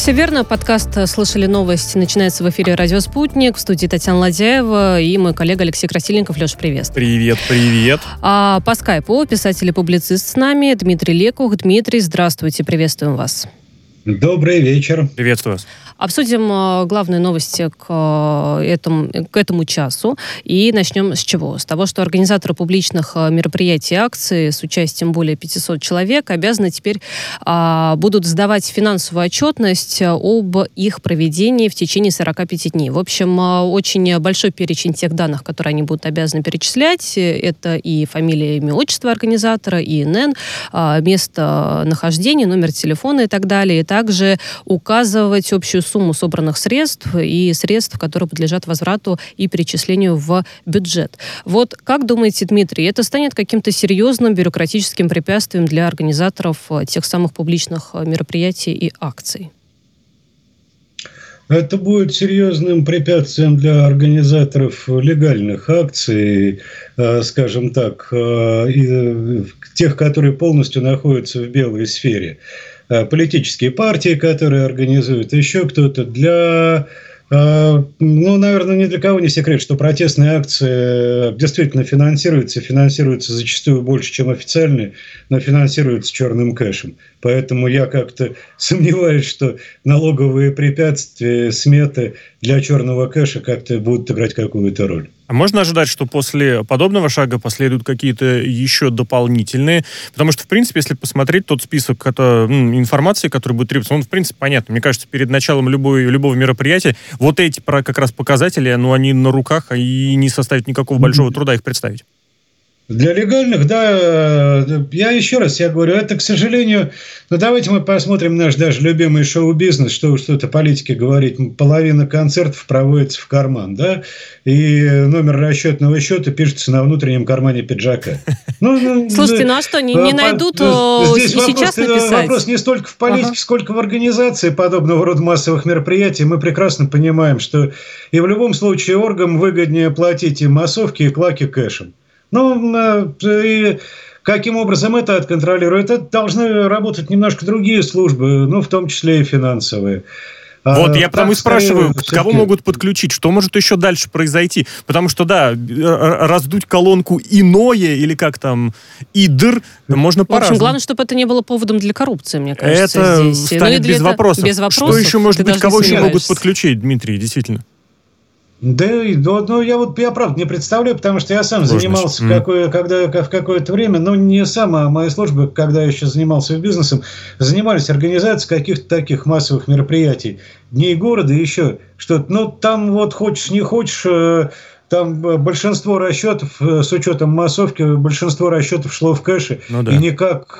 Все верно. Подкаст «Слышали новости» начинается в эфире «Радио Спутник». В студии Татьяна Ладяева и мой коллега Алексей Красильников. Леша, привет. Привет. По скайпу писатель и публицист с нами Дмитрий Лекух. Дмитрий, здравствуйте, приветствуем вас. Добрый вечер. Приветствую вас. Обсудим главные новости к этому часу. И начнем с чего? С того, что организаторы публичных мероприятий и акций с участием более 500 человек обязаны теперь будут сдавать финансовую отчетность об их проведении в течение 45 дней. В общем, очень большой перечень тех данных, которые они будут обязаны перечислять. Это и фамилия, имя, отчество организатора, и ИНН, место нахождения, номер телефона и так далее. И также указывать общую сумму собранных средств и средств, которые подлежат возврату и перечислению в бюджет. Вот как думаете, Дмитрий, это станет каким-то серьезным бюрократическим препятствием для организаторов тех самых публичных мероприятий и акций? Это будет серьезным препятствием для организаторов легальных акций, скажем так, тех, которые полностью находятся в белой сфере. Политические партии, которые организуют, еще кто-то. Наверное, ни для кого не секрет, что протестные акции действительно финансируются зачастую больше, чем официальные, но финансируются черным кэшем. Поэтому я как-то сомневаюсь, что налоговые препятствия, сметы для черного кэша как-то будут играть какую-то роль. А можно ожидать, что после подобного шага последуют какие-то еще дополнительные? Потому что, в принципе, если посмотреть тот список информации, который будет требоваться, он, в принципе, понятно. Мне кажется, перед началом любого мероприятия вот эти как раз показатели, они на руках, и не составит никакого большого труда их представить. Для легальных, да, я еще раз говорю, это, к сожалению, давайте мы посмотрим наш даже любимый шоу-бизнес, что-то политики говорить, половина концертов проводится в карман, да, и номер расчетного счета пишется на внутреннем кармане пиджака. Слушайте, а что, не найдут и сейчас написать? Вопрос не столько в политике, сколько в организации подобного рода массовых мероприятий. Мы прекрасно понимаем, что и в любом случае оргам выгоднее платить и массовки, и клаки кэшем. И каким образом это отконтролирует? Это должны работать немножко другие службы, в том числе и финансовые. Вот, я потому и спрашиваю, кого могут подключить, что может еще дальше произойти? Потому что, да, раздуть колонку иное, или как там, идр, можно по-разному. В общем, главное, чтобы это не было поводом для коррупции, мне кажется, это здесь. Станет без вопросов. Что еще может быть, кого еще могут подключить, Дмитрий, действительно? Я правда не представляю, потому что я сам занимался в какое-то время, не сам, а мои службы, когда я еще занимался бизнесом, занимались организацией каких-то таких массовых мероприятий, дней города и еще что-то. Там хочешь не хочешь, там большинство расчетов, с учетом массовки, большинство расчетов шло в кэше. И никак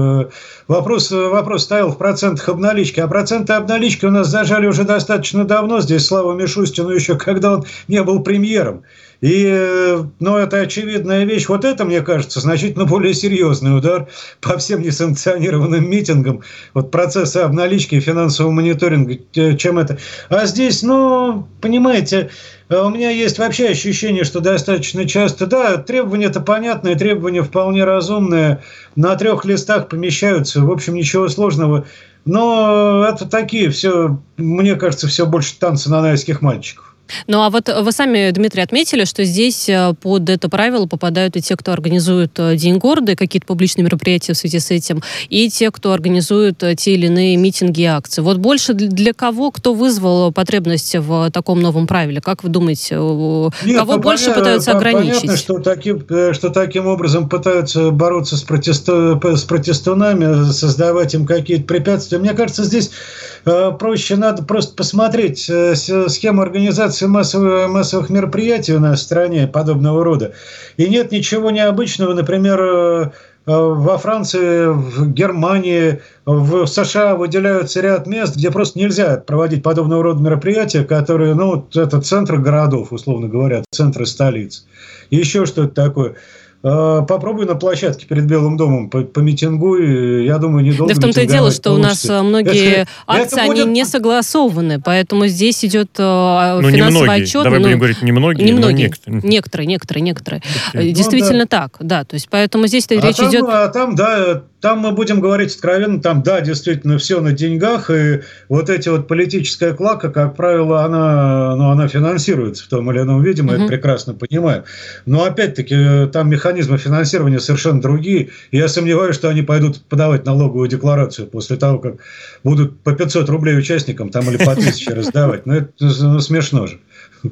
вопрос стоял в процентах обналички. А проценты обналички у нас зажали уже достаточно давно. Здесь слава Мишустину еще, когда он не был премьером. И, это очевидная вещь. Вот это, мне кажется, значительно более серьезный удар по всем несанкционированным митингам. Процессы обналички и финансового мониторинга, чем это. А здесь, понимаете, у меня есть вообще ощущение, что достаточно часто, требования-то понятные, требования вполне разумные, на 3 листах помещаются, в общем, ничего сложного. Но это такие все, мне кажется, все больше танцы нанайских мальчиков. А вот вы сами, Дмитрий, отметили, что здесь под это правило попадают и те, кто организует День города, и какие-то публичные мероприятия в связи с этим, и те, кто организует те или иные митинги и акции. Вот больше для кого, кто вызвал потребность в таком новом правиле? Как вы думаете, кого больше пытаются ограничить? Понятно, что таким образом пытаются бороться с протестунами, создавать им какие-то препятствия. Мне кажется, здесь проще, надо просто посмотреть схему организации массовых мероприятий у нас в стране подобного рода. И нет ничего необычного, например, во Франции, в Германии, в США выделяются ряд мест, где просто нельзя проводить подобного рода мероприятия, которые, это центры городов, условно говоря, центры столиц. И еще что-то такое. Попробуй на площадке перед Белым домом помитингуй, я думаю, недолго. Да в том-то и дело, что получится. У нас многие акции, они не согласованы, поэтому здесь идет финансовый отчет. Давай будем говорить не многие, но некоторые. Действительно так, да. То есть, поэтому здесь речь идет... там мы будем говорить откровенно, там, да, действительно, все на деньгах, и вот эти вот политическая клака, как правило, она финансируется в том или ином виде, мы это прекрасно понимаем. Но, опять-таки, там механизмы финансирования совершенно другие, и я сомневаюсь, что они пойдут подавать налоговую декларацию после того, как будут по 500 рублей участникам там или по 1000 раздавать. Ну, это смешно же.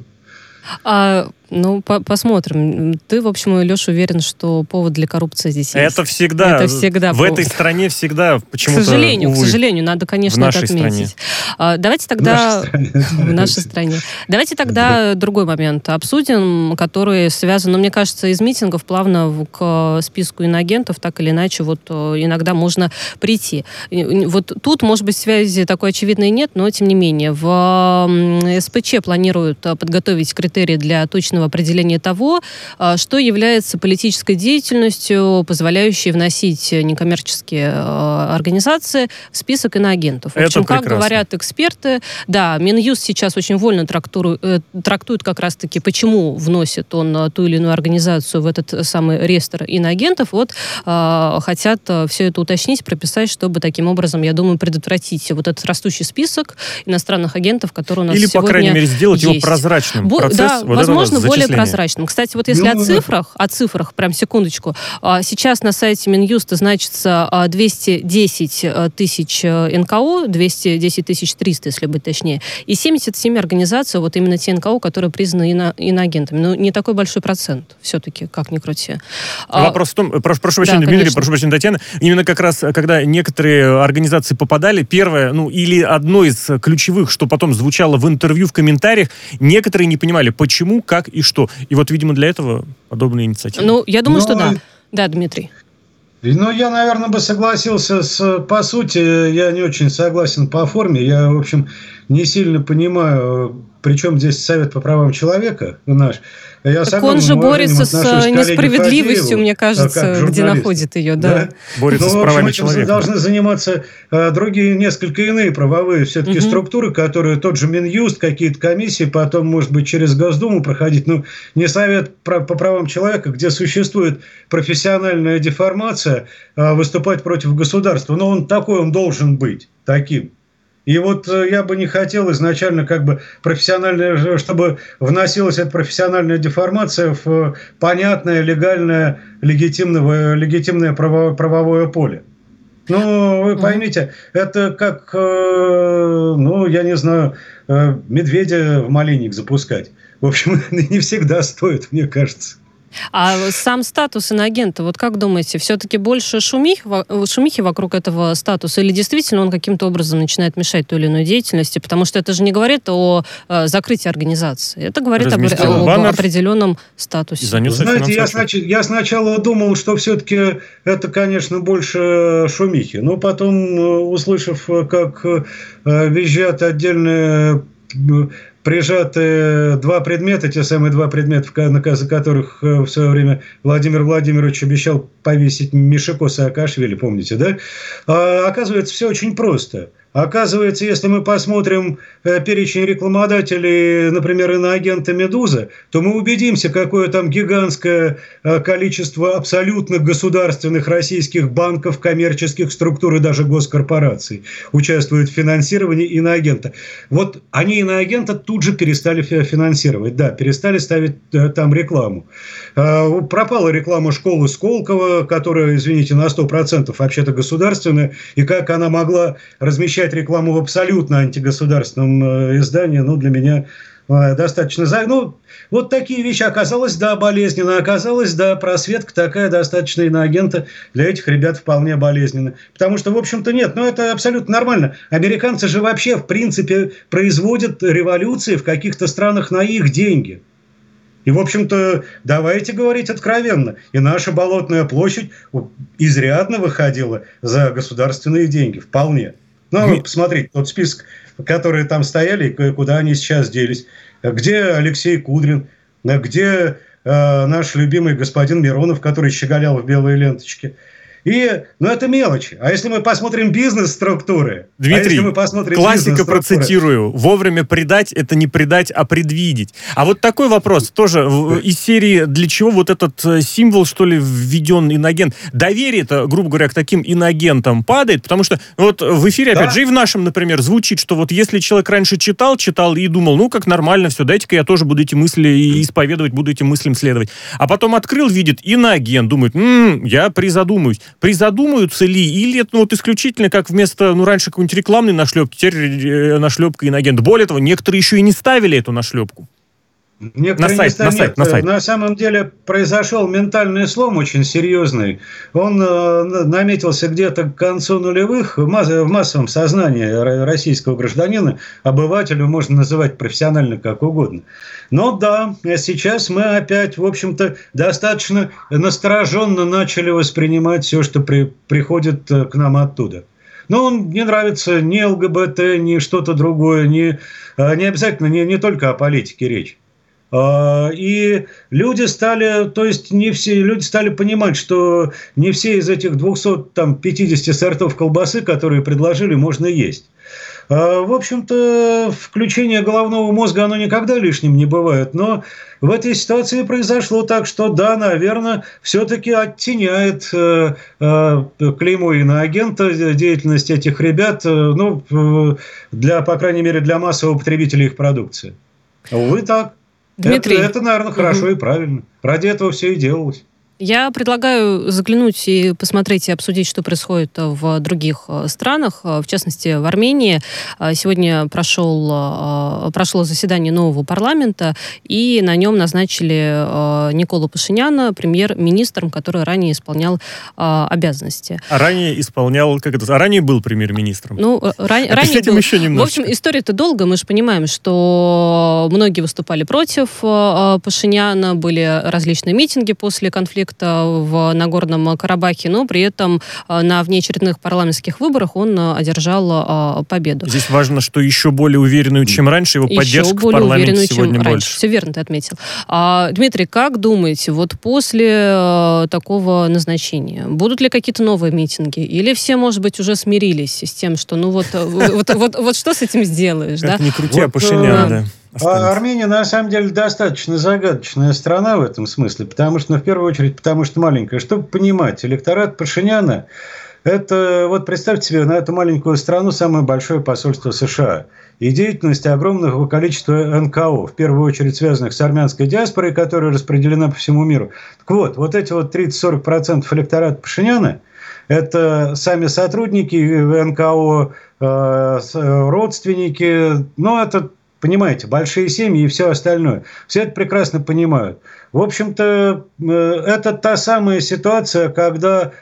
Посмотрим. Ты, в общем, Леша, уверен, что повод для коррупции здесь есть? Это всегда в повод. Этой стране всегда почему-то, К сожалению, надо, конечно, это отметить. Давайте тогда... В нашей стране. Давайте тогда другой момент обсудим, который связан, мне кажется, из митингов плавно к списку иноагентов, так или иначе, вот иногда можно прийти. Вот тут, может быть, связи такой очевидной нет, но, тем не менее, в СПЧ планируют подготовить критерии для точного определения того, что является политической деятельностью, позволяющей вносить некоммерческие организации в список иноагентов. В общем, как говорят эксперты, да, Минюст сейчас очень вольно трактует как раз-таки, почему вносит он ту или иную организацию в этот самый реестр иноагентов. Вот хотят все это уточнить, прописать, чтобы таким образом, я думаю, предотвратить вот этот растущий список иностранных агентов, который у нас или, сегодня по крайней мере, сделать есть. Его прозрачным. Да, вот возможно, более прозрачным. Кстати, вот если о цифрах, прям секундочку, сейчас на сайте Минюста значится 210 тысяч НКО, 210 300, если быть точнее, и 77 организаций, вот именно те НКО, которые признаны иноагентами. Ну, не такой большой процент, все-таки, как ни крути. Вопрос в том, прошу прощения, Дмитрий, прошу прощения, Татьяна, именно как раз, когда некоторые организации попадали, первое, или одно из ключевых, что потом звучало в интервью, в комментариях, некоторые не понимали, почему, как и что. И вот, видимо, для этого подобные инициативы. Ну, я думаю, что да. Да, Дмитрий. Ну, я, наверное, бы согласился по сути, я не очень согласен по форме. Я, в общем, не сильно понимаю, при чем здесь Совет по правам человека наш. Так он же борется с несправедливостью, Фадееву, мне кажется, где находит ее. Да. Борется с правами человека. Должны заниматься другие, несколько иные правовые все-таки структуры, которые тот же Минюст, какие-то комиссии, потом, может быть, через Госдуму проходить. Но не Совет по правам человека, где существует профессиональная деформация, выступать против государства. Но он такой, он должен быть таким. И вот я бы не хотел изначально профессиональная, чтобы вносилась эта профессиональная деформация в понятное, легальное, легитимное правовое поле. Ну, вы поймите, это как, я не знаю, медведя в малинник запускать. В общем, не всегда стоит, мне кажется. А сам статус иноагента, вот как думаете, все-таки больше шумихи вокруг этого статуса, или действительно он каким-то образом начинает мешать той или иной деятельности? Потому что это же не говорит о закрытии организации, это говорит об определенном статусе. Знаете, я сначала думал, что все-таки это, конечно, больше шумихи, но потом, услышав, как визжат отдельные прижаты два предмета, те самые два предмета, за которых в свое время Владимир Владимирович обещал повесить Мишико Саакашвили, помните, да? Оказывается, все очень просто. Оказывается, если мы посмотрим перечень рекламодателей, например, иноагента «Медуза», то мы убедимся, какое там гигантское количество абсолютно государственных российских банков, коммерческих структур и даже госкорпораций участвуют в финансировании иноагента. Вот они иноагента тут же перестали финансировать, да, перестали ставить там рекламу. Пропала реклама школы Сколково, которая, извините, на 100% вообще-то государственная, и как она могла размещать рекламу в абсолютно антигосударственном издании, для меня достаточно... вот такие вещи. Оказалось, да, болезненно. Оказалось, да, просветка такая достаточно иноагента для этих ребят вполне болезненна. Потому что, в общем-то, нет. Это абсолютно нормально. Американцы же вообще, в принципе, производят революции в каких-то странах на их деньги. И, в общем-то, давайте говорить откровенно. И наша Болотная площадь изрядно выходила за государственные деньги. Вполне. Посмотрите, тот список, которые там стояли, и куда они сейчас делись. Где Алексей Кудрин, где наш любимый господин Миронов, который щеголял в белой ленточке. Но это мелочи. А если мы посмотрим бизнес-структуры... Дмитрий, классика процитирую. Вовремя предать – это не предать, а предвидеть. А вот такой вопрос тоже из серии, для чего вот этот символ, что ли, введен иноагент? Доверие-то, грубо говоря, к таким иноагентам падает, потому что вот в эфире, опять же, и в нашем, например, звучит, что вот если человек раньше читал и думал, ну, как нормально, все, дайте-ка я тоже буду эти мысли исповедовать, буду этим мыслям следовать. А потом открыл, видит иноагент, думает, я призадумаюсь. Призадумаются ли? Или это исключительно как вместо, раньше какой-нибудь рекламной нашлепки, теперь нашлепка иноагент. Более того, некоторые еще и не ставили эту нашлепку. На сайт. На самом деле произошел ментальный слом очень серьезный. Он наметился где-то к концу нулевых в массовом сознании российского гражданина. Обывателю можно называть профессионально как угодно. Но да, сейчас мы опять, в общем-то, достаточно настороженно начали воспринимать все, что приходит к нам оттуда. Но он не нравится ни ЛГБТ, ни что-то другое, не обязательно, не только о политике речь. И люди стали понимать, что не все из этих 250 сортов колбасы, которые предложили, можно есть. В общем-то, включение головного мозга, оно никогда лишним не бывает, но в этой ситуации произошло так, что да, наверное, все-таки оттеняет клеймо иноагента деятельность этих ребят, по крайней мере, для массового потребителя их продукции. Увы, так. Дмитрий. Это, наверное, хорошо и правильно. Ради этого все и делалось. Я предлагаю заглянуть и посмотреть и обсудить, что происходит в других странах, в частности, в Армении. Сегодня прошло заседание нового парламента, и на нем назначили Николу Пашиняна премьер-министром, который ранее исполнял обязанности. Ранее был премьер-министром. Ранее был. Еще немножечко. В общем, история-то долго. Мы же понимаем, что многие выступали против Пашиняна, были различные митинги после конфликта в Нагорном Карабахе, но при этом на внеочередных парламентских выборах он одержал победу. Здесь важно, что еще более уверенную, чем раньше, его поддержка в парламенте сегодня больше. Все верно ты отметил. Дмитрий, как думаете, вот после такого назначения будут ли какие-то новые митинги? Или все, может быть, уже смирились с тем, что вот что с этим сделаешь? Как ни крути, Пашинян, да. Армения, на самом деле, достаточно загадочная страна в этом смысле, потому что, в первую очередь, потому что маленькая. Чтобы понимать, электорат Пашиняна – это, представьте себе, на эту маленькую страну самое большое посольство США. И деятельность огромного количества НКО, в первую очередь связанных с армянской диаспорой, которая распределена по всему миру. Так вот эти 30-40% электората Пашиняна – это сами сотрудники НКО, родственники, это... Понимаете, большие семьи и все остальное. Все это прекрасно понимают. В общем-то, это та самая ситуация, когда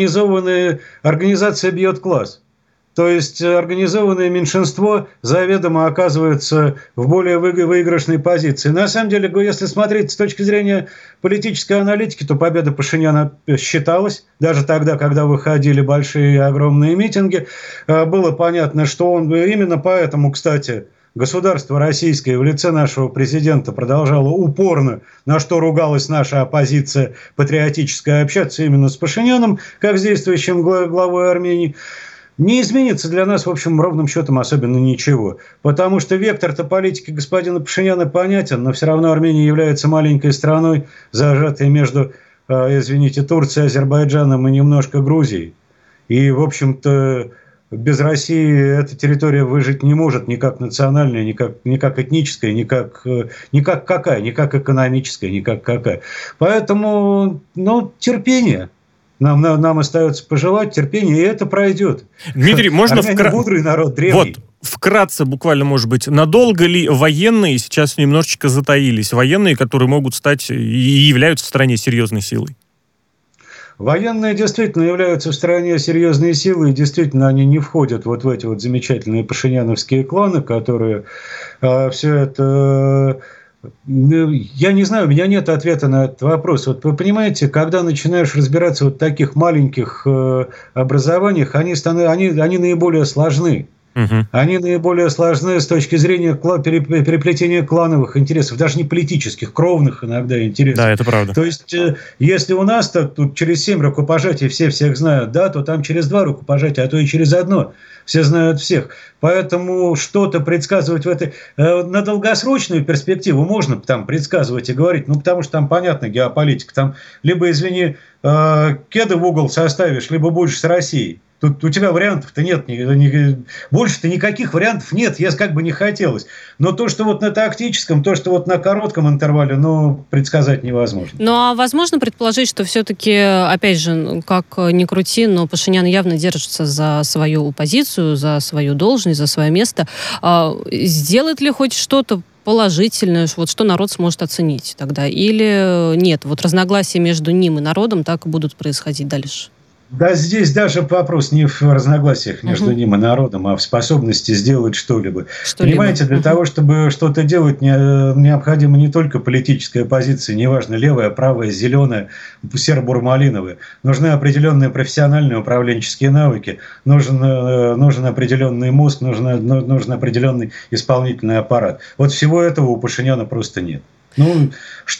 организация бьет класс. То есть организованное меньшинство заведомо оказывается в более выигрышной позиции. На самом деле, если смотреть с точки зрения политической аналитики, то победа Пашиняна считалась. Даже тогда, когда выходили большие огромные митинги, было понятно, что он именно поэтому, кстати, государство российское в лице нашего президента продолжало упорно, на что ругалась наша оппозиция патриотическая, общаться именно с Пашиняном, как с действующим главой Армении. Не изменится для нас, в общем, ровным счетом особенно ничего. Потому что вектор-то политики господина Пашиняна понятен, но все равно Армения является маленькой страной, зажатой между, Турцией, Азербайджаном и немножко Грузией. И, в общем-то, без России эта территория выжить не может ни как национальная, ни как этническая, ни как экономическая, ни как какая. Поэтому, терпение. Нам остается пожелать терпения, и это пройдет. Дмитрий, можно мудрый народ, древний. Вкратце, буквально, может быть, надолго ли военные сейчас немножечко затаились? Военные, которые могут стать и являются в стране серьезной силой? Военные действительно являются в стране серьезной силой, и действительно они не входят в эти замечательные пашиняновские кланы, которые все это... Я не знаю, у меня нет ответа на этот вопрос. Вы понимаете, когда начинаешь разбираться в таких маленьких образованиях, они наиболее сложны. Они наиболее сложны с точки зрения переплетения клановых интересов, даже не политических, кровных иногда интересов. Да, это правда. То есть, если у нас тут через 7 рукопожатий все всех знают, да, то там через 2 рукопожатия, а то и через 1 все знают всех. Поэтому что-то предсказывать в этой... На долгосрочную перспективу можно там предсказывать и говорить, ну, потому что там понятна геополитика. Там либо, извини, кеды в угол составишь, либо будешь с Россией. Тут у тебя вариантов-то нет, больше-то никаких вариантов нет, если как бы не хотелось. Но то, что вот на тактическом, то, что вот на коротком интервале, ну, предсказать невозможно. Ну, а возможно предположить, что все-таки, опять же, как ни крути, но Пашинян явно держится за свою позицию, за свою должность, за свое место. Сделает ли хоть что-то положительное, вот что народ сможет оценить тогда? Или нет, вот разногласия между ним и народом так и будут происходить дальше? Да, здесь даже вопрос не в разногласиях между ним и народом, а в способности сделать что-либо. Понимаете, для того, чтобы что-то делать, необходима не только политическая позиция, неважно, левая, правая, зеленая, серо-бурмалиновая. Нужны определенные профессиональные управленческие навыки, нужен определенный мозг, нужен определенный исполнительный аппарат. Вот всего этого у Пашиняна просто нет. Ну,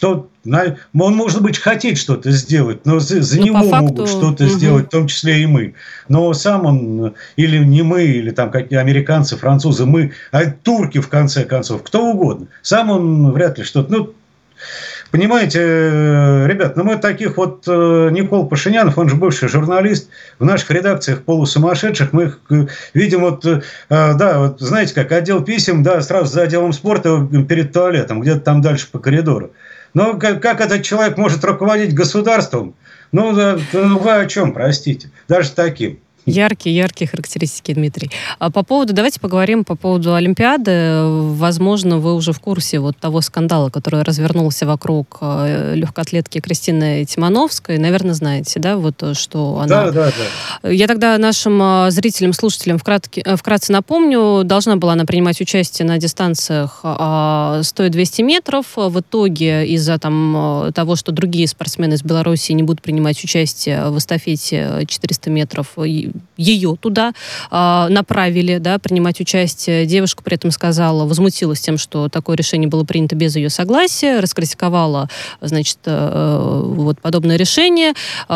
он, может быть, хотеть что-то сделать, но за него могут что-то сделать, в том числе и мы. Но сам он, или не мы, или там какие американцы, французы, мы, а турки, в конце концов, кто угодно. Сам он вряд ли что-то... Ну, понимаете, ребят, мы таких вот Никол Пашинянов, он же бывший журналист, в наших редакциях полусумасшедших, мы их видим вот, да, вот знаете как, отдел писем, да, сразу за отделом спорта перед туалетом, где-то там дальше по коридору. Но как этот человек может руководить государством? Ну, вы о чем, простите? Даже таким. Яркие характеристики, Дмитрий. А давайте поговорим по поводу Олимпиады. Возможно, вы уже в курсе вот того скандала, который развернулся вокруг легкоатлетки Кристины Тимановской. Наверное, знаете, да, вот что она... Да. Я тогда нашим зрителям, слушателям вкратце напомню, должна была она принимать участие на дистанциях 100 и 200 метров. В итоге из-за того, что другие спортсмены из Беларуси не будут принимать участие в эстафете 400 метров, ее туда направили, да, принимать участие. Девушка при этом возмутилась тем, что такое решение было принято без ее согласия, раскритиковала, значит, вот подобное решение.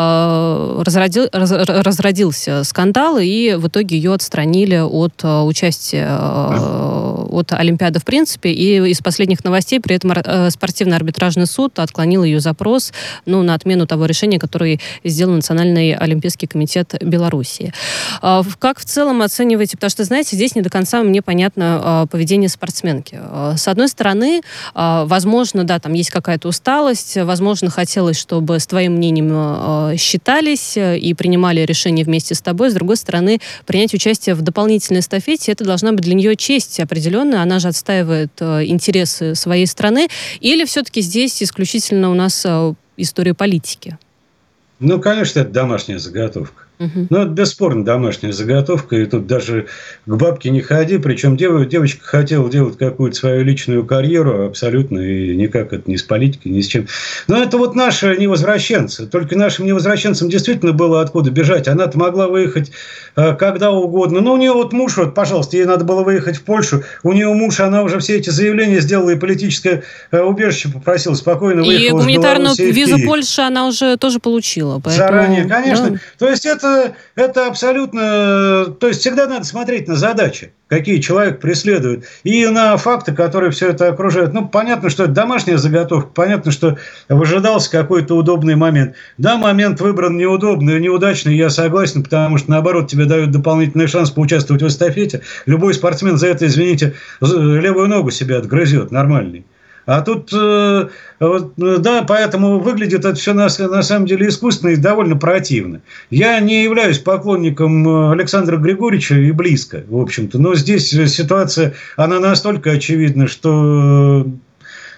Разродился скандал, и в итоге ее отстранили от участия от Олимпиады в принципе. И из последних новостей при этом спортивный арбитражный суд отклонил ее запрос на отмену того решения, которое сделал Национальный олимпийский комитет Беларуси. Как в целом оцениваете? Потому что, знаете, здесь не до конца мне понятно поведение спортсменки. С одной стороны, возможно, да, там есть какая-то усталость, возможно, хотелось, чтобы с твоим мнением считались и принимали решения вместе с тобой. С другой стороны, принять участие в дополнительной эстафете, это должна быть для нее честь определенная, она же отстаивает интересы своей страны. Или все-таки здесь исключительно у нас история политики? Ну, конечно, это домашняя заготовка. Ну, это бесспорно домашняя заготовка, и тут даже к бабке не ходи. Причем девочка хотела делать какую-то свою личную карьеру абсолютно, и никак это не с политикой, ни с чем. Но это вот наши невозвращенцы. Только нашим невозвращенцам действительно было откуда бежать. Она-то могла выехать когда угодно. Но у нее вот муж, вот, пожалуйста, ей надо было выехать в Польшу. У нее муж, она уже все эти заявления сделала, и политическое убежище попросила, спокойно выехала. И гуманитарную визу Польши она уже тоже получила. Поэтому... Заранее, конечно. Да. То есть это абсолютно... То есть всегда надо смотреть на задачи, какие человек преследует, и на факты, которые все это окружают. Ну, понятно, что это домашняя заготовка, понятно, что выжидался какой-то удобный момент. Да, момент выбран неудобный, неудачный, я согласен, потому что, наоборот, тебе дают дополнительный шанс поучаствовать в эстафете. Любой спортсмен за это, извините, левую ногу себе отгрызет, нормальный. А тут, да, поэтому выглядит это все на самом деле искусственно и довольно противно. Я не являюсь поклонником Александра Григорьевича и близко, в общем-то. Но здесь ситуация, она настолько очевидна, что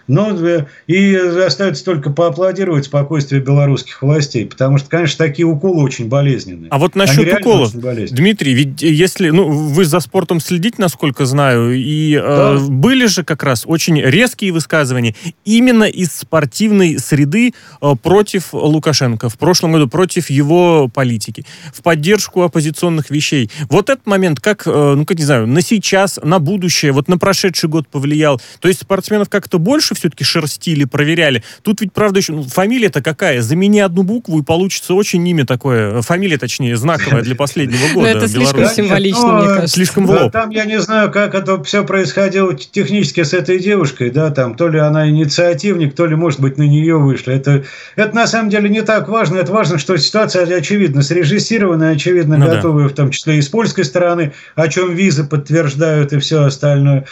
Ну, и остается только поаплодировать спокойствию белорусских властей, потому что, конечно, такие уколы очень болезненные. А вот насчет уколов, Дмитрий, ведь если, вы за спортом следите, насколько знаю, и были же как раз очень резкие высказывания именно из спортивной среды против Лукашенко, в прошлом году против его политики, в поддержку оппозиционных вещей. Вот этот момент, как не знаю, на сейчас, на будущее, вот на прошедший год повлиял? То есть спортсменов как-то больше все-таки шерстили, проверяли. Тут ведь, правда, еще фамилия-то какая? Замени одну букву, и получится очень имя такое. Фамилия, точнее, знаковая для последнего года. Это слишком символично, мне кажется. Слишком в лоб. Там я не знаю, как это все происходило технически с этой девушкой, да, там то ли она инициативник, то ли, может быть, на нее вышли. Это на самом деле не так важно. Это важно, что ситуация очевидно срежиссированная, очевидно готовая, в том числе и с польской стороны, о чем визы подтверждают и все остальное.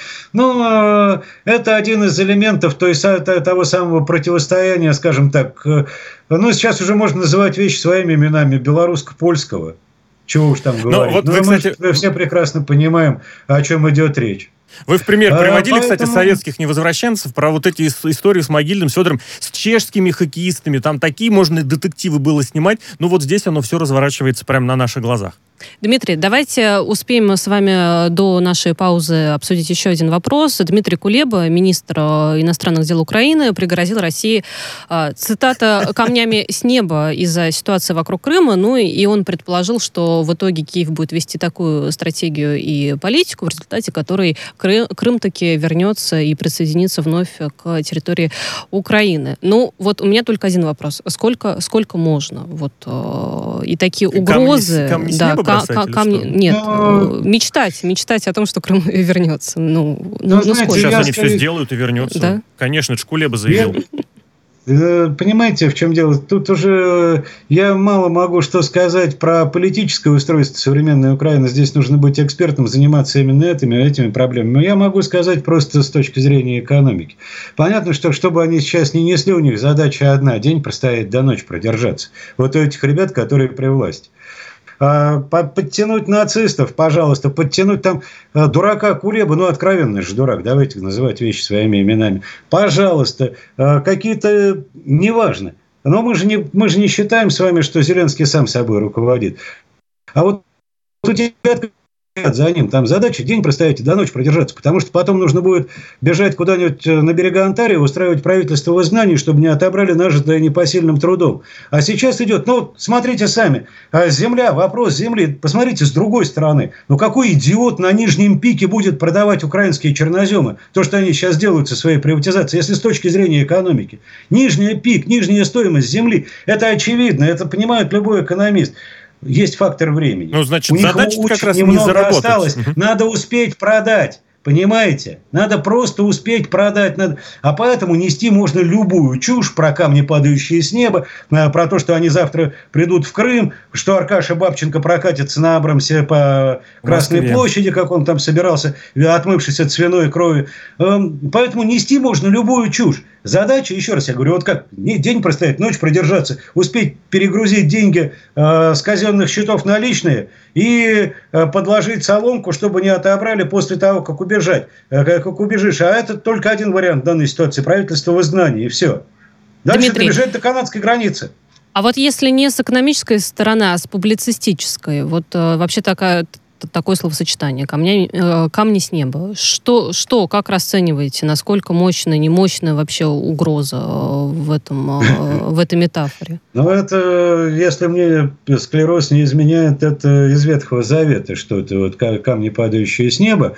Это один из элементов того самого противостояния, скажем так, сейчас уже можно называть вещи своими именами, белорусско-польского. Чего уж там говорить. Мы все прекрасно понимаем, о чем идет речь. Вы в пример приводили, кстати, советских невозвращенцев про вот эти истории с Могильным, с Федором, с чешскими хоккеистами. Там такие можно детективы было снимать. Вот здесь оно все разворачивается прямо на наших глазах. Дмитрий, давайте успеем с вами до нашей паузы обсудить еще один вопрос. Дмитрий Кулеба, министр иностранных дел Украины, пригрозил России, цитата, камнями с неба из-за ситуации вокруг Крыма. И он предположил, что в итоге Киев будет вести такую стратегию и политику, в результате которой Крым таки вернется и присоединится вновь к территории Украины. Вот у меня только один вопрос. Сколько можно? И такие угрозы... Камни с неба бросать, нет, мечтать о том, что Крым вернется. Знаете, сейчас они все сделают и вернется. Да? Конечно, это ж Кулеба заявил. Понимаете, в чем дело? Тут уже я мало могу что сказать про политическое устройство современной Украины. Здесь нужно быть экспертом, заниматься именно этими проблемами. Но я могу сказать просто с точки зрения экономики. Понятно, что чтобы они сейчас не несли, у них задача одна – день простоять, до ночи продержаться. Вот у этих ребят, которые при власти. Подтянуть нацистов, пожалуйста, подтянуть там дурака Кулебу, откровенный же дурак, давайте называть вещи своими именами. Пожалуйста, какие-то, неважно. Но мы же не считаем с вами, что Зеленский сам собой руководит. А вот у тебя за ним там задача день простоять и до ночи продержаться, потому что потом нужно будет бежать куда-нибудь на берега Онтарио, устраивать правительство в изгнании, чтобы не отобрали нажитое непосильным трудом. А сейчас идет, смотрите сами, земля, вопрос земли, посмотрите с другой стороны. Какой идиот на нижнем пике будет продавать украинские черноземы? То, что они сейчас делают со своей приватизацией, если с точки зрения экономики. Нижний пик, нижняя стоимость земли, это очевидно, это понимает любой экономист. Есть фактор времени. Значит, задача как раз не заработать. Осталось. Надо успеть продать. Понимаете? Надо просто успеть продать. А поэтому нести можно любую чушь про камни, падающие с неба, про то, что они завтра придут в Крым, что Аркаша Бабченко прокатится на Абрамсе по Красной площади, как он там собирался, отмывшись от свиной крови. Поэтому нести можно любую чушь. Задача, еще раз я говорю, как день простоять, ночь продержаться, успеть перегрузить деньги с казенных счетов наличные и подложить соломку, чтобы не отобрали после того, как убежишь. А это только один вариант в данной ситуации. Правительство в изгнании, и все. Дальше добежать до канадской границы. А если не с экономической стороны, а с публицистической, вообще такое словосочетание камни с неба. Как расцениваете, насколько мощная, немощная вообще угроза в этой метафоре? Это, если мне склероз не изменяет, это из Ветхого Завета, что это камни, падающие с неба.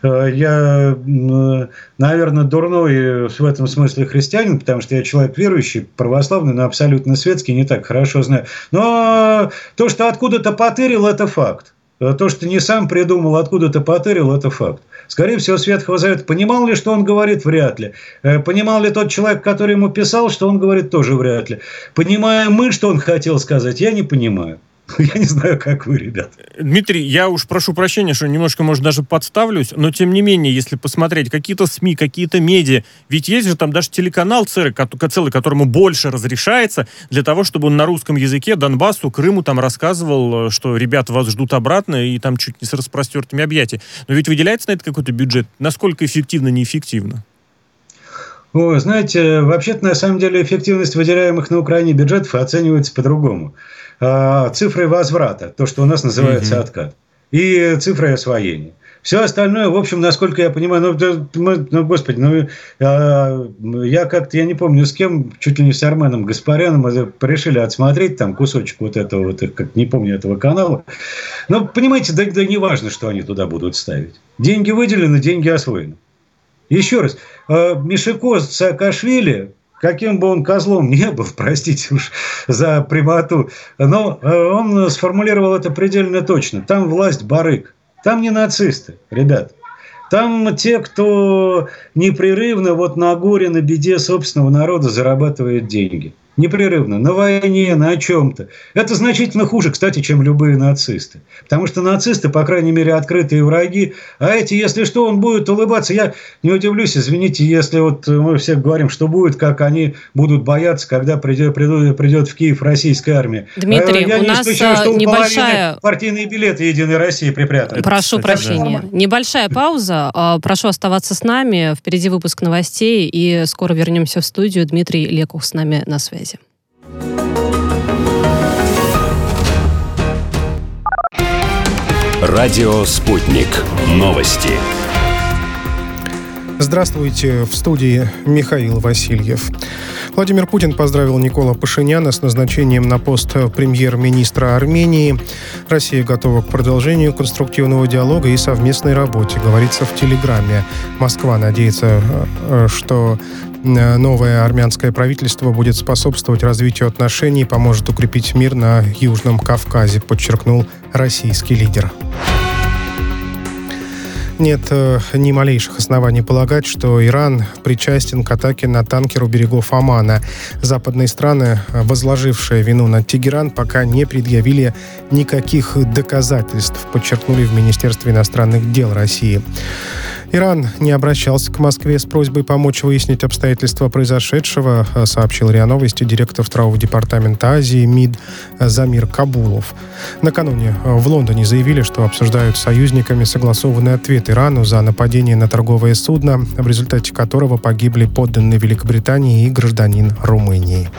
Я, наверное, дурной в этом смысле христианин, потому что я человек верующий, православный, но абсолютно светский, не так хорошо знаю. Но то, что откуда-то потырил, это факт. То, что не сам придумал, откуда-то потырил, это факт. Скорее всего, с Ветхого Завета. Понимал ли, что он говорит? Вряд ли. Понимал ли тот человек, который ему писал, что он говорит? Тоже вряд ли. Понимаем мы, что он хотел сказать? Я не понимаю. Я не знаю, как вы, ребят. Дмитрий, я уж прошу прощения, что немножко, может, даже подставлюсь, но, тем не менее, если посмотреть какие-то СМИ, какие-то медиа, ведь есть же там даже телеканал целый, которому больше разрешается для того, чтобы он на русском языке Донбассу, Крыму там рассказывал, что ребята вас ждут обратно, и там чуть не с распростертыми объятиями. Но ведь выделяется на это какой-то бюджет. Насколько эффективно, неэффективно? Ой, знаете, вообще-то, на самом деле, эффективность выделяемых на Украине бюджетов оценивается по-другому. Цифры возврата, то, что у нас называется откат, и цифры освоения. Все остальное, в общем, насколько я понимаю, господи, я как-то, я не помню с кем, чуть ли не с Арменом Гаспаряном, решили отсмотреть там кусочек вот этого, вот, как не помню, этого канала. Но, понимаете, да не важно, что они туда будут ставить. Деньги выделены, деньги освоены. Еще раз, Мишико Саакашвили, каким бы он козлом ни был, простите уж за прямоту, но он сформулировал это предельно точно. Там власть барыг. Там не нацисты, ребят. Там те, кто непрерывно вот на горе, на беде собственного народа зарабатывает деньги. Непрерывно. На войне, на чем-то. Это значительно хуже, кстати, чем любые нацисты. Потому что нацисты, по крайней мере, открытые враги. А эти, если что, он будет улыбаться. Я не удивлюсь, извините, если вот мы все говорим, что будет, как они будут бояться, когда придет в Киев российская армия. Дмитрий, у нас небольшая... партийные билеты Единой России припрятаны. Прошу прощения. Небольшая пауза. Прошу оставаться с нами. Впереди выпуск новостей. И скоро вернемся в студию. Дмитрий Лекух с нами на связи. Радио «Спутник». Новости. Здравствуйте, в студии Михаил Васильев. Владимир Путин поздравил Никола Пашиняна с назначением на пост премьер-министра Армении. Россия готова к продолжению конструктивного диалога и совместной работе, говорится в Телеграме. Москва надеется, что новое армянское правительство будет способствовать развитию отношений и поможет укрепить мир на Южном Кавказе, подчеркнул российский лидер. Нет ни малейших оснований полагать, что Иран причастен к атаке на танкер у берегов Омана. Западные страны, возложившие вину на Тегеран, пока не предъявили никаких доказательств, подчеркнули в Министерстве иностранных дел России. Иран не обращался к Москве с просьбой помочь выяснить обстоятельства произошедшего, сообщил РИА Новости директор Второго департамента Азии МИД Замир Кабулов. Накануне в Лондоне заявили, что обсуждают с союзниками согласованный ответ Ирану за нападение на торговое судно, в результате которого погибли подданные Великобритании и гражданин Румынии.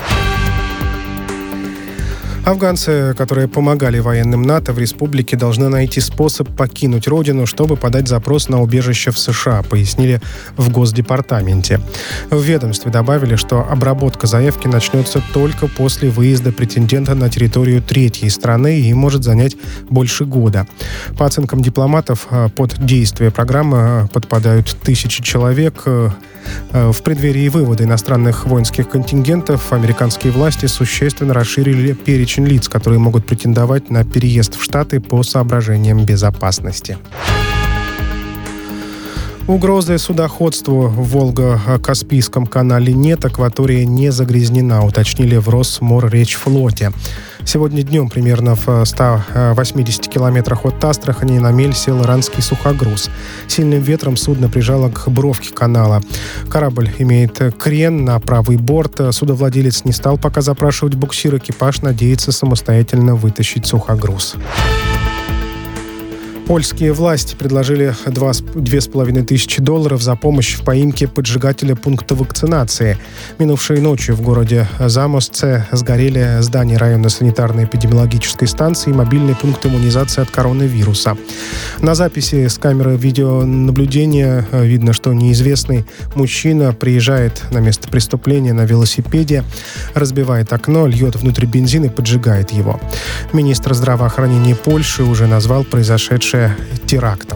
Афганцы, которые помогали военным НАТО в республике, должны найти способ покинуть родину, чтобы подать запрос на убежище в США, пояснили в Госдепартаменте. В ведомстве добавили, что обработка заявки начнется только после выезда претендента на территорию третьей страны и может занять больше года. По оценкам дипломатов, под действие программы подпадают тысячи человек. В преддверии вывода иностранных воинских контингентов американские власти существенно расширили перечень лиц, которые могут претендовать на переезд в Штаты по соображениям безопасности. Угрозы судоходству в Волго-Каспийском канале нет, акватория не загрязнена, уточнили в Росморречфлоте. Сегодня днем примерно в 180 километрах от Астрахани на мель сел иранский сухогруз. Сильным ветром судно прижало к бровке канала. Корабль имеет крен на правый борт. Судовладелец не стал пока запрашивать буксир. Экипаж надеется самостоятельно вытащить сухогруз. Польские власти предложили $2500 за помощь в поимке поджигателя пункта вакцинации. Минувшей ночью в городе Замостце сгорели здания районной санитарно-эпидемиологической станции и мобильный пункт иммунизации от коронавируса. На записи с камеры видеонаблюдения видно, что неизвестный мужчина приезжает на место преступления на велосипеде, разбивает окно, льет внутрь бензин и поджигает его. Министр здравоохранения Польши уже назвал произошедшее терактом.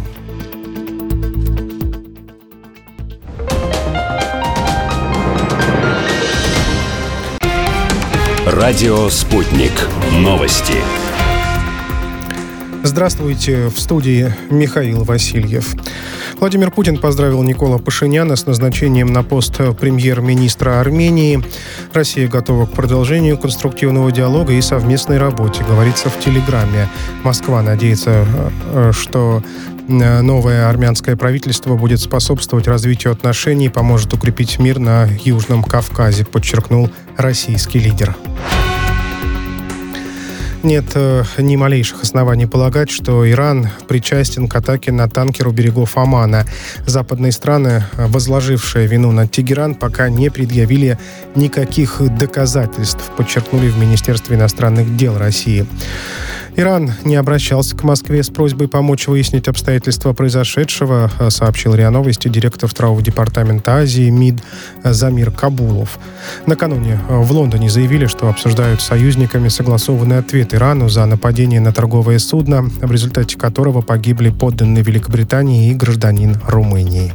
Радио «Спутник». Новости. Здравствуйте, в студии Михаил Васильев. Владимир Путин поздравил Никола Пашиняна с назначением на пост премьер-министра Армении. Россия готова к продолжению конструктивного диалога и совместной работе, говорится в Телеграме. Москва надеется, что новое армянское правительство будет способствовать развитию отношений и поможет укрепить мир на Южном Кавказе, подчеркнул российский лидер. Нет ни малейших оснований полагать, что Иран причастен к атаке на танкер у берегов Омана. Западные страны, возложившие вину на Тегеран, пока не предъявили никаких доказательств, подчеркнули в Министерстве иностранных дел России. Иран не обращался к Москве с просьбой помочь выяснить обстоятельства произошедшего, сообщил РИА Новости директор второго департамента Азии МИД Замир Кабулов. Накануне в Лондоне заявили, что обсуждают с союзниками согласованный ответ Ирану за нападение на торговое судно, в результате которого погибли подданные Великобритании и гражданин Румынии.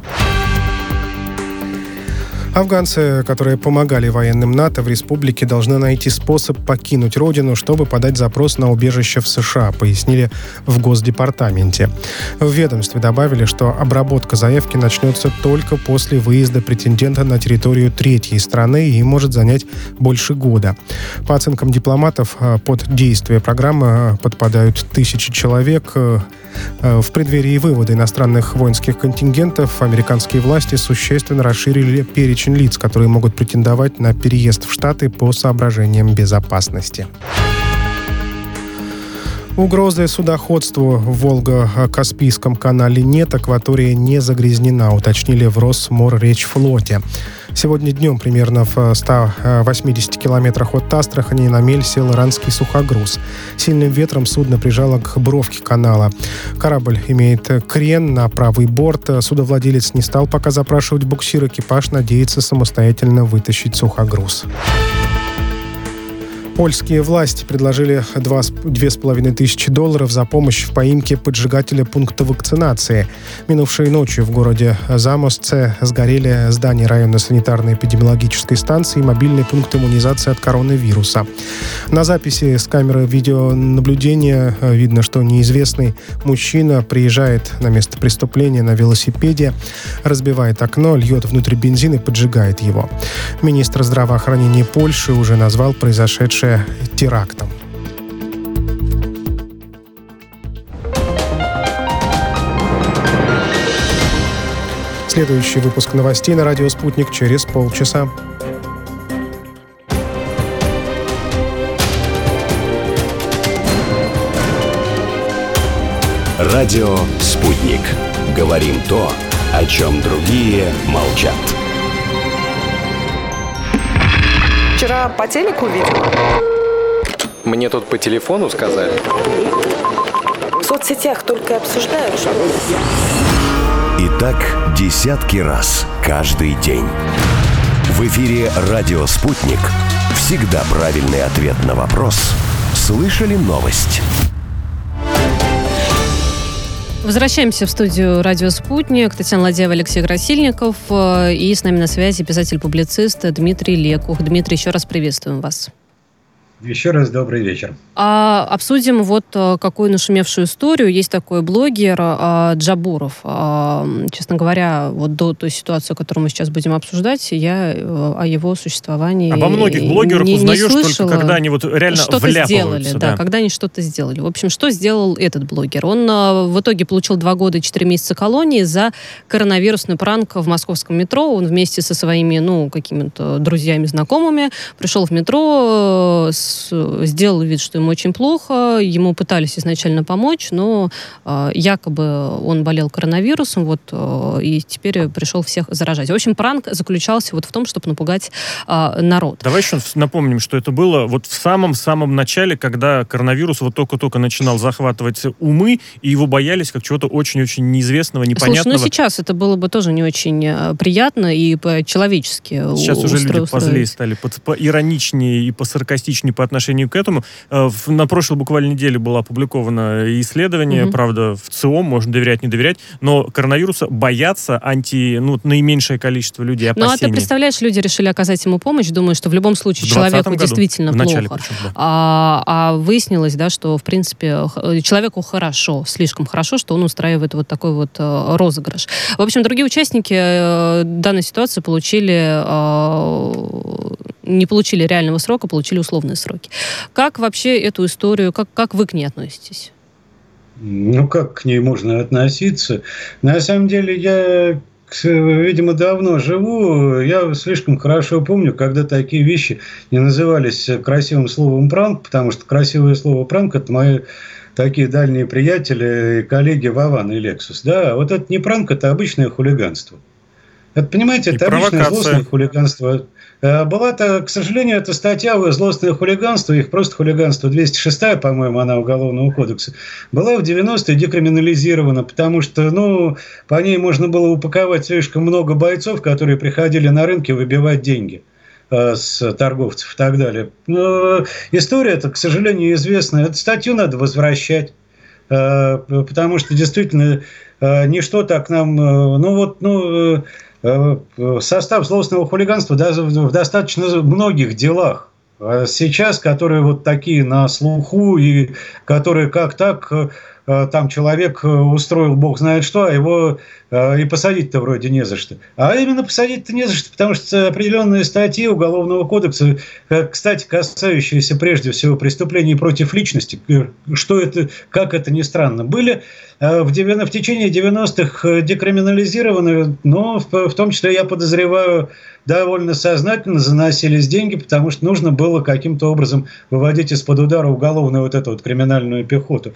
Афганцы, которые помогали военным НАТО в республике, должны найти способ покинуть родину, чтобы подать запрос на убежище в США, пояснили в Госдепартаменте. В ведомстве добавили, что обработка заявки начнется только после выезда претендента на территорию третьей страны и может занять больше года. По оценкам дипломатов, под действие программы подпадают тысячи человек. В преддверии вывода иностранных воинских контингентов американские власти существенно расширили перечень лиц, которые могут претендовать на переезд в Штаты по соображениям безопасности. Угрозы судоходству в Волго-Каспийском канале нет, акватория не загрязнена, уточнили в Росморречфлоте. Сегодня днем примерно в 180 километрах от Астрахани на мель сел иранский сухогруз. Сильным ветром судно прижало к бровке канала. Корабль имеет крен на правый борт. Судовладелец не стал пока запрашивать буксир. Экипаж надеется самостоятельно вытащить сухогруз. Польские власти предложили $2500 за помощь в поимке поджигателя пункта вакцинации. Минувшей ночью в городе Замостце сгорели здание районной санитарно-эпидемиологической станции и мобильный пункт иммунизации от коронавируса. На записи с камеры видеонаблюдения видно, что неизвестный мужчина приезжает на место преступления на велосипеде, разбивает окно, льет внутрь бензин и поджигает его. Министр здравоохранения Польши уже назвал произошедшее терактом. Следующий выпуск новостей на радио «Спутник» через полчаса. Радио «Спутник». Говорим то, о чем другие молчат. Вчера по телеку видела. Мне тут по телефону сказали. В соцсетях только обсуждают, что... И так десятки раз каждый день. В эфире «Радио Спутник». Всегда правильный ответ на вопрос. Слышали новость? Возвращаемся в студию «Радио Спутник». Татьяна Ладеева, Алексей Красильников. И с нами на связи писатель-публицист Дмитрий Лекух. Дмитрий, еще раз приветствуем вас. Еще раз добрый вечер. Обсудим вот какую нашумевшую историю. Есть такой блогер Джабуров. Честно говоря, вот до той ситуации, которую мы сейчас будем обсуждать, я о его существовании обо многих блогерах узнаешь слышала, только когда они вот реально что-то вляпываются. Сделали, да, когда они что-то сделали. В общем, что сделал этот блогер? Он в итоге получил 2 года и 4 месяца колонии за коронавирусный пранк в московском метро. Он вместе со своими, какими-то друзьями, знакомыми пришел в метро, сделал вид, что ему очень плохо, ему пытались изначально помочь, но якобы он болел коронавирусом, и теперь пришел всех заражать. В общем, пранк заключался в том, чтобы напугать народ. Давай еще напомним, что это было в самом-самом начале, когда коронавирус только-только начинал захватывать умы, и его боялись как чего-то очень-очень неизвестного, непонятного. Слушай, сейчас это было бы тоже не очень приятно и по-человечески. Сейчас уже люди позлее стали, поироничнее и посаркастичнее по отношению к этому. На прошлой буквально неделе было опубликовано исследование, правда, в ЦИОМ, можно доверять, не доверять, но коронавируса боятся наименьшее количество людей, опасения. Ну, а ты представляешь, люди решили оказать ему помощь, думая, что в любом случае человеку действительно плохо. А выяснилось, что, в принципе, человеку хорошо, слишком хорошо, что он устраивает вот такой вот розыгрыш. В общем, другие участники данной ситуации не получили реального срока, получили условные сроки. Как вообще эту историю, как вы к ней относитесь? Как к ней можно относиться? На самом деле, я видимо, давно живу. Я слишком хорошо помню, когда такие вещи не назывались красивым словом «пранк», потому что красивое слово «пранк» – это мои такие дальние приятели и коллеги Вован и Лексус. Да, вот это не пранк, это обычное хулиганство. Это, понимаете, это обычное злостное хулиганство. Была-то, к сожалению, эта статья «Злостное хулиганство», их просто хулиганство 206-я, по-моему, она Уголовного кодекса, была в 90-е декриминализирована, потому что, по ней можно было упаковать слишком много бойцов, которые приходили на рынки выбивать деньги с торговцев и так далее. Но история эта, к сожалению, известна. Эту статью надо возвращать, потому что действительно ничто так нам... состав злостного хулиганства в достаточно многих делах сейчас, которые вот такие на слуху и которые как так там человек устроил бог знает что, а его и посадить-то вроде не за что. А именно посадить-то не за что, потому что определенные статьи Уголовного кодекса, кстати, касающиеся прежде всего преступлений против личности, что это, как это ни странно, были в течение 90-х декриминализированы, но в том числе, я подозреваю, довольно сознательно заносились деньги, потому что нужно было каким-то образом выводить из-под удара уголовную вот эту вот криминальную пехоту.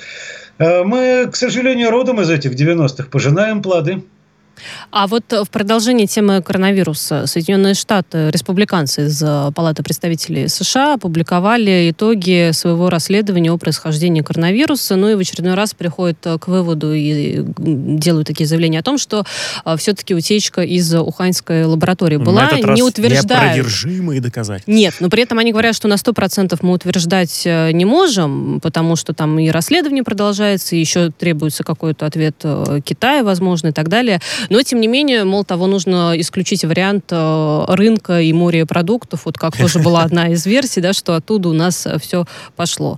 Мы, к сожалению, родом из этих 90-х пожинаем плоды. А вот в продолжении темы коронавируса Соединенные Штаты, республиканцы из Палаты представителей США опубликовали итоги своего расследования о происхождении коронавируса, и в очередной раз приходят к выводу и делают такие заявления о том, что все-таки утечка из уханьской лаборатории была. На этот раз не утверждают. Неопровержимые доказательства. Нет, но при этом они говорят, что на 100% мы утверждать не можем, потому что там и расследование продолжается, и еще требуется какой-то ответ Китая, возможно, и так далее. Но, тем не менее, мол, того нужно исключить вариант рынка и морепродуктов, вот как тоже была одна из версий, да, что оттуда у нас все пошло.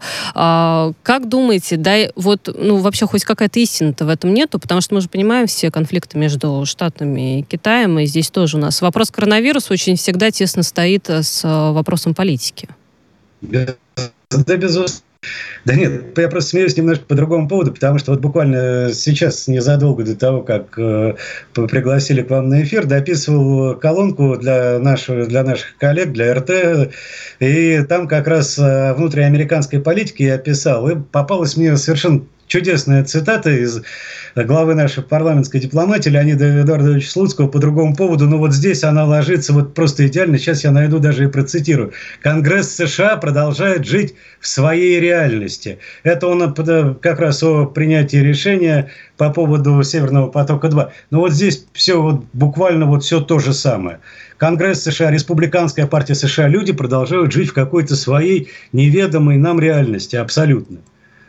Как думаете, вообще хоть какая-то истина-то в этом нету, потому что мы же понимаем все конфликты между Штатами и Китаем, и здесь тоже у нас вопрос коронавируса очень всегда тесно стоит с вопросом политики. Да, безусловно. Да нет, я просто смеюсь немножко по другому поводу, потому что вот буквально сейчас, незадолго до того, как пригласили к вам на эфир, дописывал колонку для наших коллег, для РТ, и там как раз о внутриамериканской политике я писал, и попалась мне совершенно чудесная цитата из главы нашей парламентской дипломатии Леонида Эдуардовича Слуцкого по другому поводу, но вот здесь она ложится вот просто идеально. Сейчас я найду даже и процитирую. «Конгресс США продолжает жить в своей реальности». Это он как раз о принятии решения по поводу Северного потока-2. Но вот здесь все вот буквально вот все то же самое. Конгресс США, Республиканская партия США, люди продолжают жить в какой-то своей неведомой нам реальности абсолютно.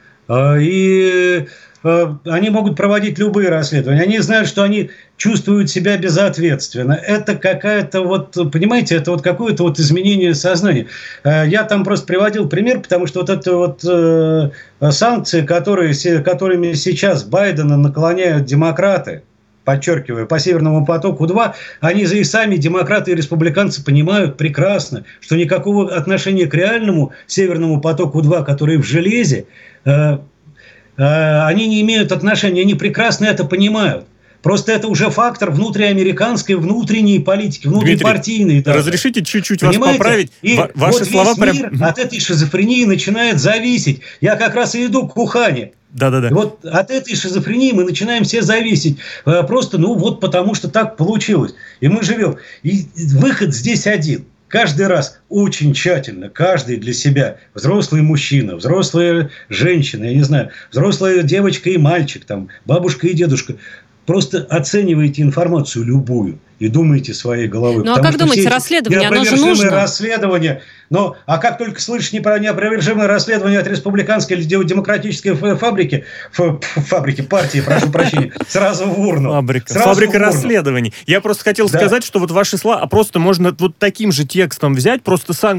И они могут проводить любые расследования. Они знают, что они чувствуют себя безответственно. Это какая-то вот, понимаете, это вот какое-то вот изменение сознания. Я там просто приводил пример, потому что вот это вот санкции, которыми сейчас Байдена наклоняют демократы, подчеркиваю, по Северному потоку-2, они и сами, демократы и республиканцы, понимают прекрасно, что никакого отношения к реальному Северному потоку-2, который в железе, они не имеют отношения, они прекрасно это понимают. Просто это уже фактор внутриамериканской, внутренней политики, внутрипартийной. Дмитрий, разрешите чуть-чуть вас поправить? И ваши вот слова весь мир от этой шизофрении начинает зависеть. Я как раз и иду к Ухане. Да. И вот от этой шизофрении мы начинаем все зависеть. Просто, вот потому что так получилось. И мы живем. И выход здесь один. Каждый раз очень тщательно, каждый для себя, взрослый мужчина, взрослая женщина, я не знаю, взрослая девочка и мальчик, там, бабушка и дедушка, просто оцениваете информацию любую и думаете своей головой. Ну, а как думаете, расследование, оно же нужно? Расследование. А как только слышишь неопровержимое расследование от республиканской или демократической партии, прошу прощения, сразу в урну. Фабрика расследований. Я просто хотел сказать, что вот ваши слова просто можно вот таким же текстом взять, просто